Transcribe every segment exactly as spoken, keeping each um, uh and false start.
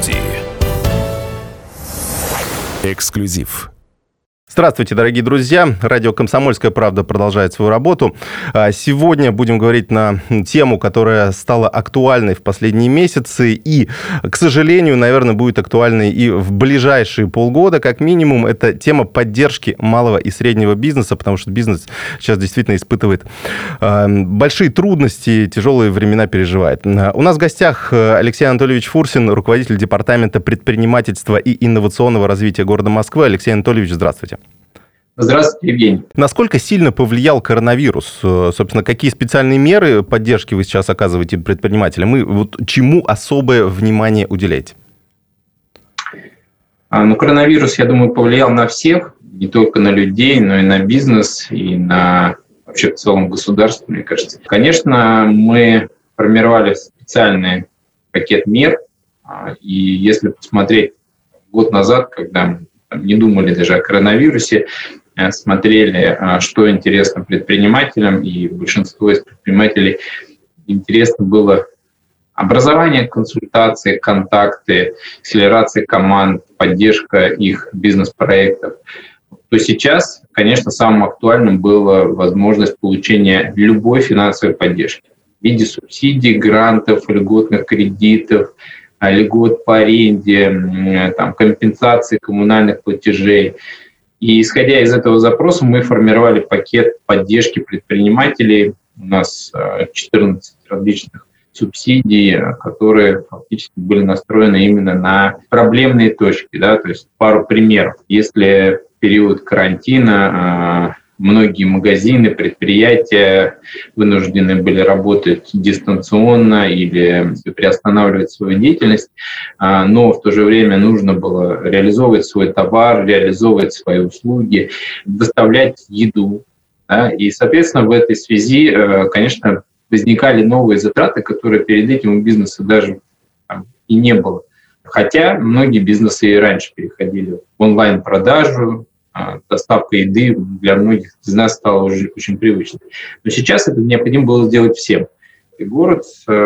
студии. Эксклюзив. Здравствуйте, дорогие друзья. Радио «Комсомольская правда» продолжает свою работу. Сегодня будем говорить на тему, которая стала актуальной в последние месяцы и, к сожалению, наверное, будет актуальной и в ближайшие полгода, как минимум. Это тема поддержки малого и среднего бизнеса, потому что бизнес сейчас действительно испытывает большие трудности, тяжелые времена переживает. У нас в гостях Алексей Анатольевич Фурсин, руководитель департамента предпринимательства и инновационного развития города Москвы. Алексей Анатольевич, здравствуйте. Здравствуйте, Евгений. Насколько сильно повлиял коронавирус? Собственно, какие специальные меры поддержки вы сейчас оказываете предпринимателям? И вот чему особое внимание уделяете? А, ну, коронавирус, я думаю, повлиял на всех, не только на людей, но и на бизнес, и на вообще в целом государство, мне кажется. Конечно, мы формировали специальный пакет мер, и если посмотреть год назад, когда мы там не думали даже о коронавирусе, смотрели, что интересно предпринимателям, и большинство из предпринимателей интересно было образование, консультации, контакты, акселерация команд, поддержка их бизнес-проектов. То сейчас, конечно, самым актуальным была возможность получения любой финансовой поддержки в виде субсидий, грантов, льготных кредитов, льгот по аренде, там, компенсации коммунальных платежей. И исходя из этого запроса мы формировали пакет поддержки предпринимателей. У нас четырнадцать различных субсидий, которые фактически были настроены именно на проблемные точки. Да? То есть пару примеров. Если в период карантина многие магазины, предприятия вынуждены были работать дистанционно или приостанавливать свою деятельность, но в то же время нужно было реализовывать свой товар, реализовывать свои услуги, доставлять еду. Да? И, соответственно, в этой связи, конечно, возникали новые затраты, которые перед этим у бизнеса даже там и не было. Хотя многие бизнесы и раньше переходили в онлайн-продажу, доставка еды для многих из нас стала уже очень привычной. Но сейчас это необходимо было сделать всем. И город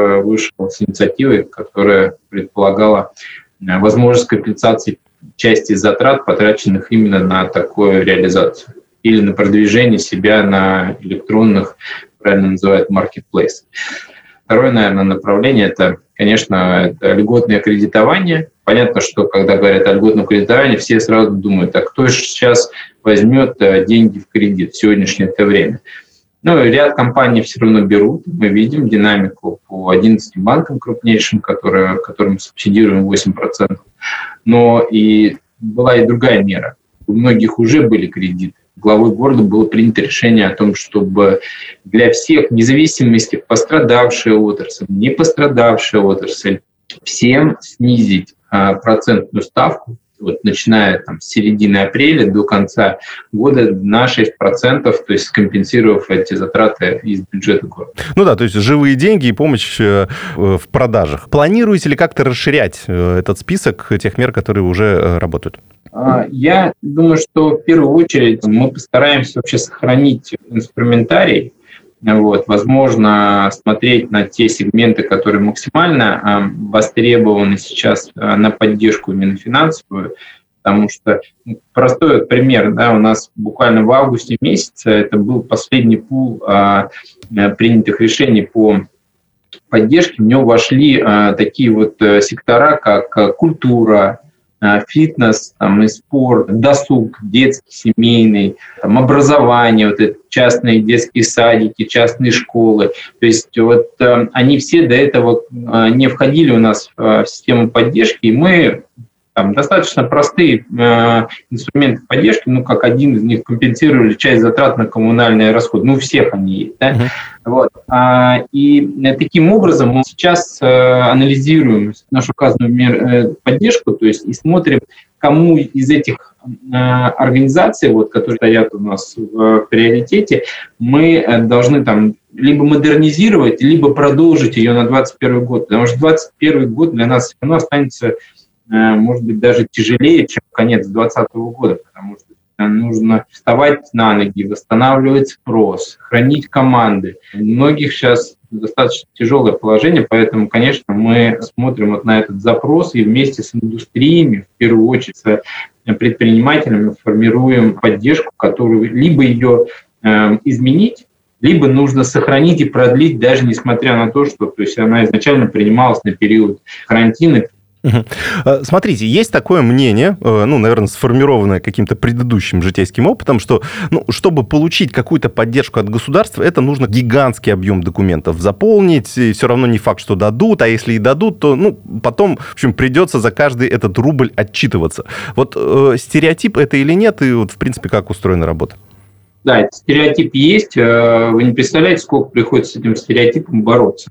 вышел с инициативой, которая предполагала возможность компенсации части затрат, потраченных именно на такую реализацию или на продвижение себя на электронных, правильно называют, маркетплейсах. Второе, наверное, направление – это, конечно, это льготное кредитование. Понятно, что когда говорят о льготном кредитовании, все сразу думают, а кто же сейчас возьмет деньги в кредит в сегодняшнее это время? Ну, ряд компаний все равно берут. Мы видим динамику по одиннадцати банкам крупнейшим, которые, которым субсидируем восемь процентов. Но и была и другая мера. У многих уже были кредиты. Главой города было принято решение о том, чтобы для всех, вне зависимости пострадавшая отрасль, не пострадавшая отрасль, всем снизить а, процентную ставку, вот, начиная там, с середины апреля до конца года на шесть процентов, то есть скомпенсировав эти затраты из бюджета города. Ну да, то есть живые деньги и помощь э, в продажах. Планируете ли как-то расширять э, этот список тех мер, которые уже э, работают? Я думаю, что в первую очередь мы постараемся вообще сохранить инструментарий, вот, возможно, смотреть на те сегменты, которые максимально востребованы сейчас на поддержку именно финансовую, потому что ну, простой вот пример, да, у нас буквально в августе месяце это был последний пул а, принятых решений по поддержке, в него вошли а, такие вот сектора, как культура, фитнес, там, и спорт, досуг, детский, семейный, там, образование, вот это, частные детские садики, частные школы. То есть вот э, они все до этого э, не входили у нас в, в систему поддержки, и мы там, достаточно простые э, инструменты поддержки, ну, как один из них, компенсировали часть затрат на коммунальные расходы. Ну, у всех они есть. Да? Uh-huh. Вот. А, и таким образом мы сейчас э, анализируем нашу указанную мер, э, поддержку, то есть и смотрим, кому из этих э, организаций, вот, которые стоят у нас в э, приоритете, мы э, должны там либо модернизировать, либо продолжить ее на двадцать первый год. Потому что двадцать первый год для нас все равно останется, может быть, даже тяжелее, чем конец двадцатого года, потому что нужно вставать на ноги, восстанавливать спрос, хранить команды. У многих сейчас достаточно тяжелое положение, поэтому, конечно, мы смотрим вот на этот запрос и вместе с индустриями, в первую очередь с предпринимателями, формируем поддержку, которую либо ее э, изменить, либо нужно сохранить и продлить, даже несмотря на то, что то есть она изначально принималась на период карантина. Смотрите, есть такое мнение, ну, наверное, сформированное каким-то предыдущим житейским опытом, что, ну, чтобы получить какую-то поддержку от государства, это нужно гигантский объем документов заполнить, и все равно не факт, что дадут, а если и дадут, то, ну, потом, в общем, придется за каждый этот рубль отчитываться. Вот э, стереотип это или нет, и вот, в принципе, как устроена работа? Да, этот стереотип есть. Вы не представляете, сколько приходится с этим стереотипом бороться.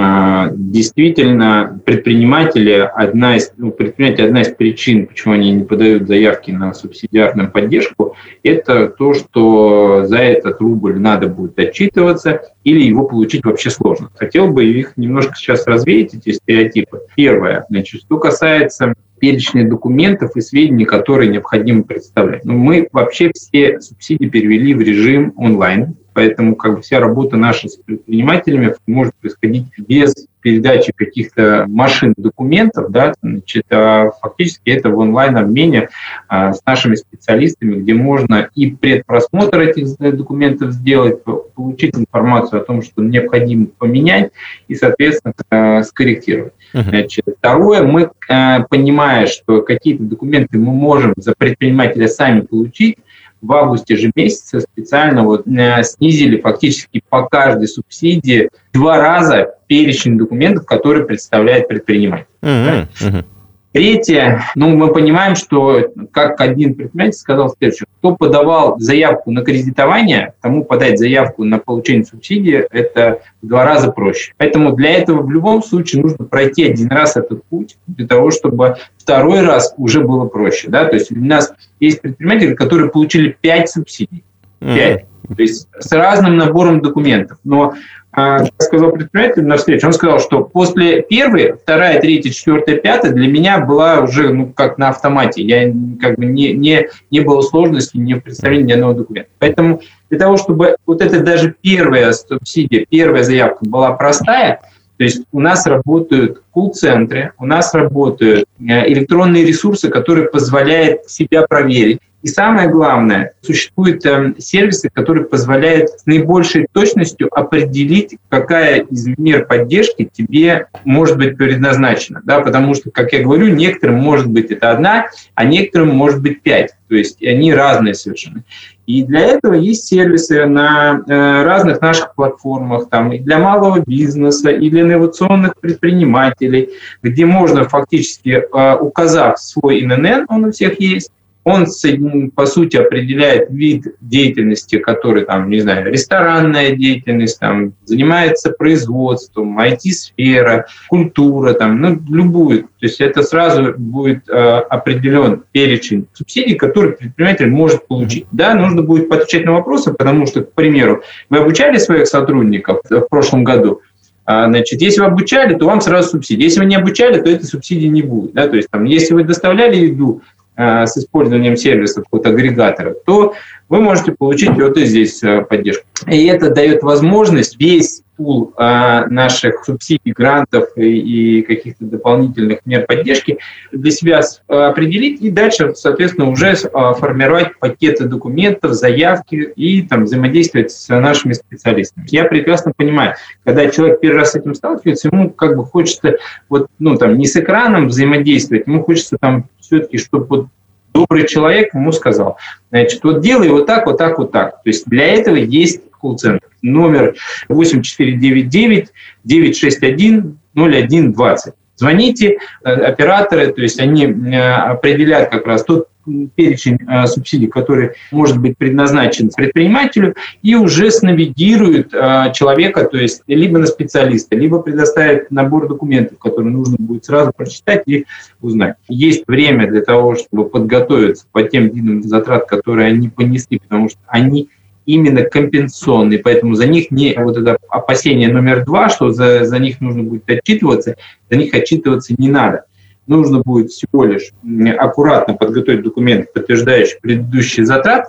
Действительно, предприниматели одна из, ну, предприниматели одна из причин, почему они не подают заявки на субсидиарную поддержку, это то, что за этот рубль надо будет отчитываться или его получить вообще сложно. Хотел бы их немножко сейчас развеять, эти стереотипы. Первое, значит, что касается перечня документов и сведений, которые необходимо представлять. Но мы вообще все субсидии перевели в режим онлайн, поэтому как бы вся работа наша с предпринимателями может происходить без передачи каких-то машин документов, да, значит, а фактически это в онлайн-обмене а, с нашими специалистами, где можно и предпросмотр этих документов сделать, получить информацию о том, что необходимо поменять и, соответственно, а, скорректировать. Uh-huh. Значит, второе, мы, а, понимая, что какие-то документы мы можем за предпринимателя сами получить, в августе же месяце специально вот, э, снизили фактически по каждой субсидии два раза перечень документов, которые представляет предприниматель. Uh-huh. Uh-huh. Третье, ну, мы понимаем, что, как один предприниматель сказал следующее, кто подавал заявку на кредитование, тому подать заявку на получение субсидии – это в два раза проще. Поэтому для этого в любом случае нужно пройти один раз этот путь, для того, чтобы второй раз уже было проще. Да? То есть у нас есть предприниматели, которые получили пять субсидий. пять. Mm-hmm. То есть с разным набором документов. Но как сказал предприниматель на встрече, он сказал, что после первой, вторая, третья, четвертая, пятая для меня была уже ну, как на автомате. Я как бы не, не, не было сложности, не в представлении ни одного документа. Поэтому для того, чтобы вот эта даже первая субсидия, первая заявка была простая, то есть у нас работают колл-центры, у нас работают электронные ресурсы, которые позволяют себя проверить. И самое главное, существуют э, сервисы, которые позволяют с наибольшей точностью определить, какая из мер поддержки тебе может быть предназначена. Да? Потому что, как я говорю, некоторым может быть это одна, а некоторым может быть пять. То есть они разные совершенно. И для этого есть сервисы на э, разных наших платформах, там, и для малого бизнеса, и для инновационных предпринимателей, где можно фактически, э, указав свой эн эн эн, он у всех есть, он, по сути, определяет вид деятельности, который, там, не знаю, ресторанная деятельность, там, занимается производством, ай ти-сфера, культура, там, ну, любую. То есть это сразу будет э, определен перечень субсидий, которые предприниматель может получить. Да, нужно будет отвечать на вопросы, потому что, к примеру, вы обучали своих сотрудников в прошлом году, значит, если вы обучали, то вам сразу субсидии. Если вы не обучали, то этой субсидии не будет. Да? То есть, там, если вы доставляли еду с использованием сервисов от агрегаторов, то вы можете получить вот и здесь поддержку. И это дает возможность весь пул наших субсидий, грантов и каких-то дополнительных мер поддержки для себя определить и дальше, соответственно, уже формировать пакеты документов, заявки и там, взаимодействовать с нашими специалистами. Я прекрасно понимаю, когда человек первый раз с этим сталкивается, ему как бы хочется вот, ну, там, не с экраном взаимодействовать, ему хочется там все-таки, чтобы вот добрый человек ему сказал, значит, вот делай вот так, вот так, вот так. То есть для этого есть колл-центр. Номер восемь четыре девять девять девять шесть один ноль один двадцать. Звоните, операторы, то есть они определяют как раз тот перечень субсидий, который может быть предназначен предпринимателю, и уже снавигируют человека, то есть либо на специалиста, либо предоставят набор документов, которые нужно будет сразу прочитать и узнать. Есть время для того, чтобы подготовиться по тем видам затрат, которые они понесли, потому что они именно компенсационные, поэтому за них не вот это опасение номер два, что за, за них нужно будет отчитываться, за них отчитываться не надо. Нужно будет всего лишь аккуратно подготовить документы, подтверждающие предыдущие затраты,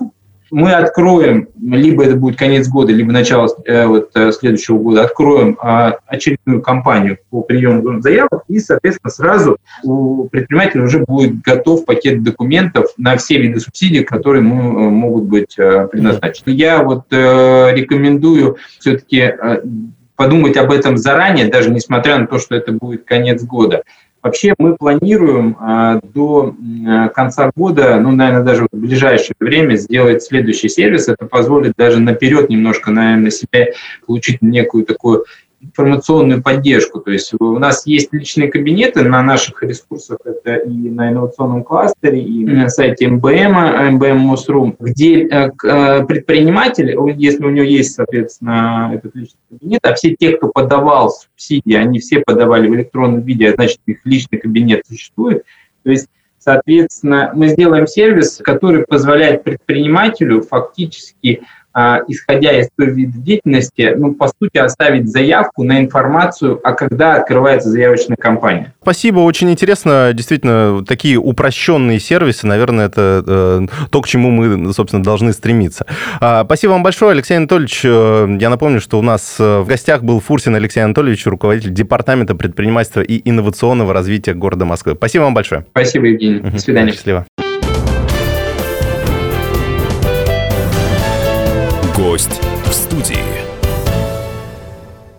мы откроем, либо это будет конец года, либо начало э, вот, следующего года, откроем э, очередную кампанию по приему заявок, и, соответственно, сразу у предпринимателя уже будет готов пакет документов на все виды субсидий, которые ему э, могут быть э, предназначены. Я вот э, рекомендую все-таки э, подумать об этом заранее, даже несмотря на то, что это будет конец года. Вообще мы планируем э, до э, конца года, ну, наверное, даже в ближайшее время сделать следующий сервис. Это позволит даже наперед немножко, наверное, себе получить некую такую информационную поддержку. То есть у нас есть личные кабинеты на наших ресурсах, это и на инновационном кластере, и на сайте эм бэ эм, эм бэ эм Мосру, где предприниматель, если у него есть, соответственно, этот личный кабинет, а все те, кто подавал субсидии, они все подавали в электронном виде, а значит, их личный кабинет существует. То есть, соответственно, мы сделаем сервис, который позволяет предпринимателю фактически, исходя из той вида деятельности, ну, по сути, оставить заявку на информацию, а когда открывается заявочная кампания. Спасибо, очень интересно. Действительно, такие упрощенные сервисы, наверное, это э, то, к чему мы, собственно, должны стремиться. А, спасибо вам большое, Алексей Анатольевич. Я напомню, что у нас в гостях был Фурсин Алексей Анатольевич, руководитель Департамента предпринимательства и инновационного развития города Москвы. Спасибо вам большое. Спасибо, Евгений. До свидания. Счастливо. Гость в студии.